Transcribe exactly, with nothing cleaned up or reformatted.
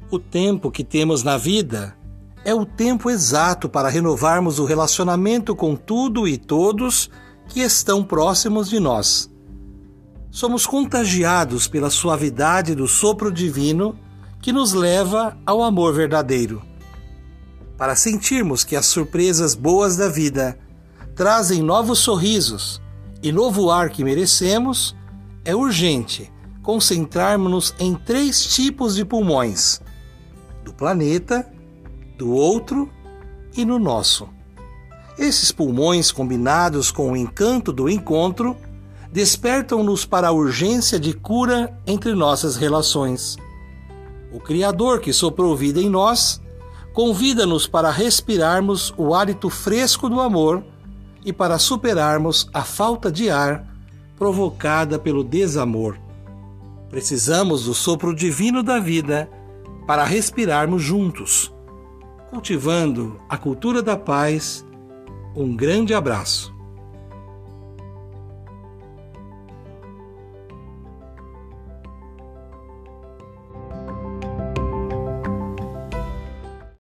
O tempo que temos na vida é o tempo exato para renovarmos o relacionamento com tudo e todos que estão próximos de nós. Somos contagiados pela suavidade do sopro divino que nos leva ao amor verdadeiro. Para sentirmos que as surpresas boas da vida trazem novos sorrisos e novo ar que merecemos, é urgente concentrarmos-nos em três tipos de pulmões: do planeta, do outro e no nosso. Esses pulmões, combinados com o encanto do encontro, despertam-nos para a urgência de cura entre nossas relações. O Criador que soprou vida em nós convida-nos para respirarmos o hálito fresco do amor e para superarmos a falta de ar provocada pelo desamor. Precisamos do sopro divino da vida para respirarmos juntos, cultivando a cultura da paz. Um grande abraço.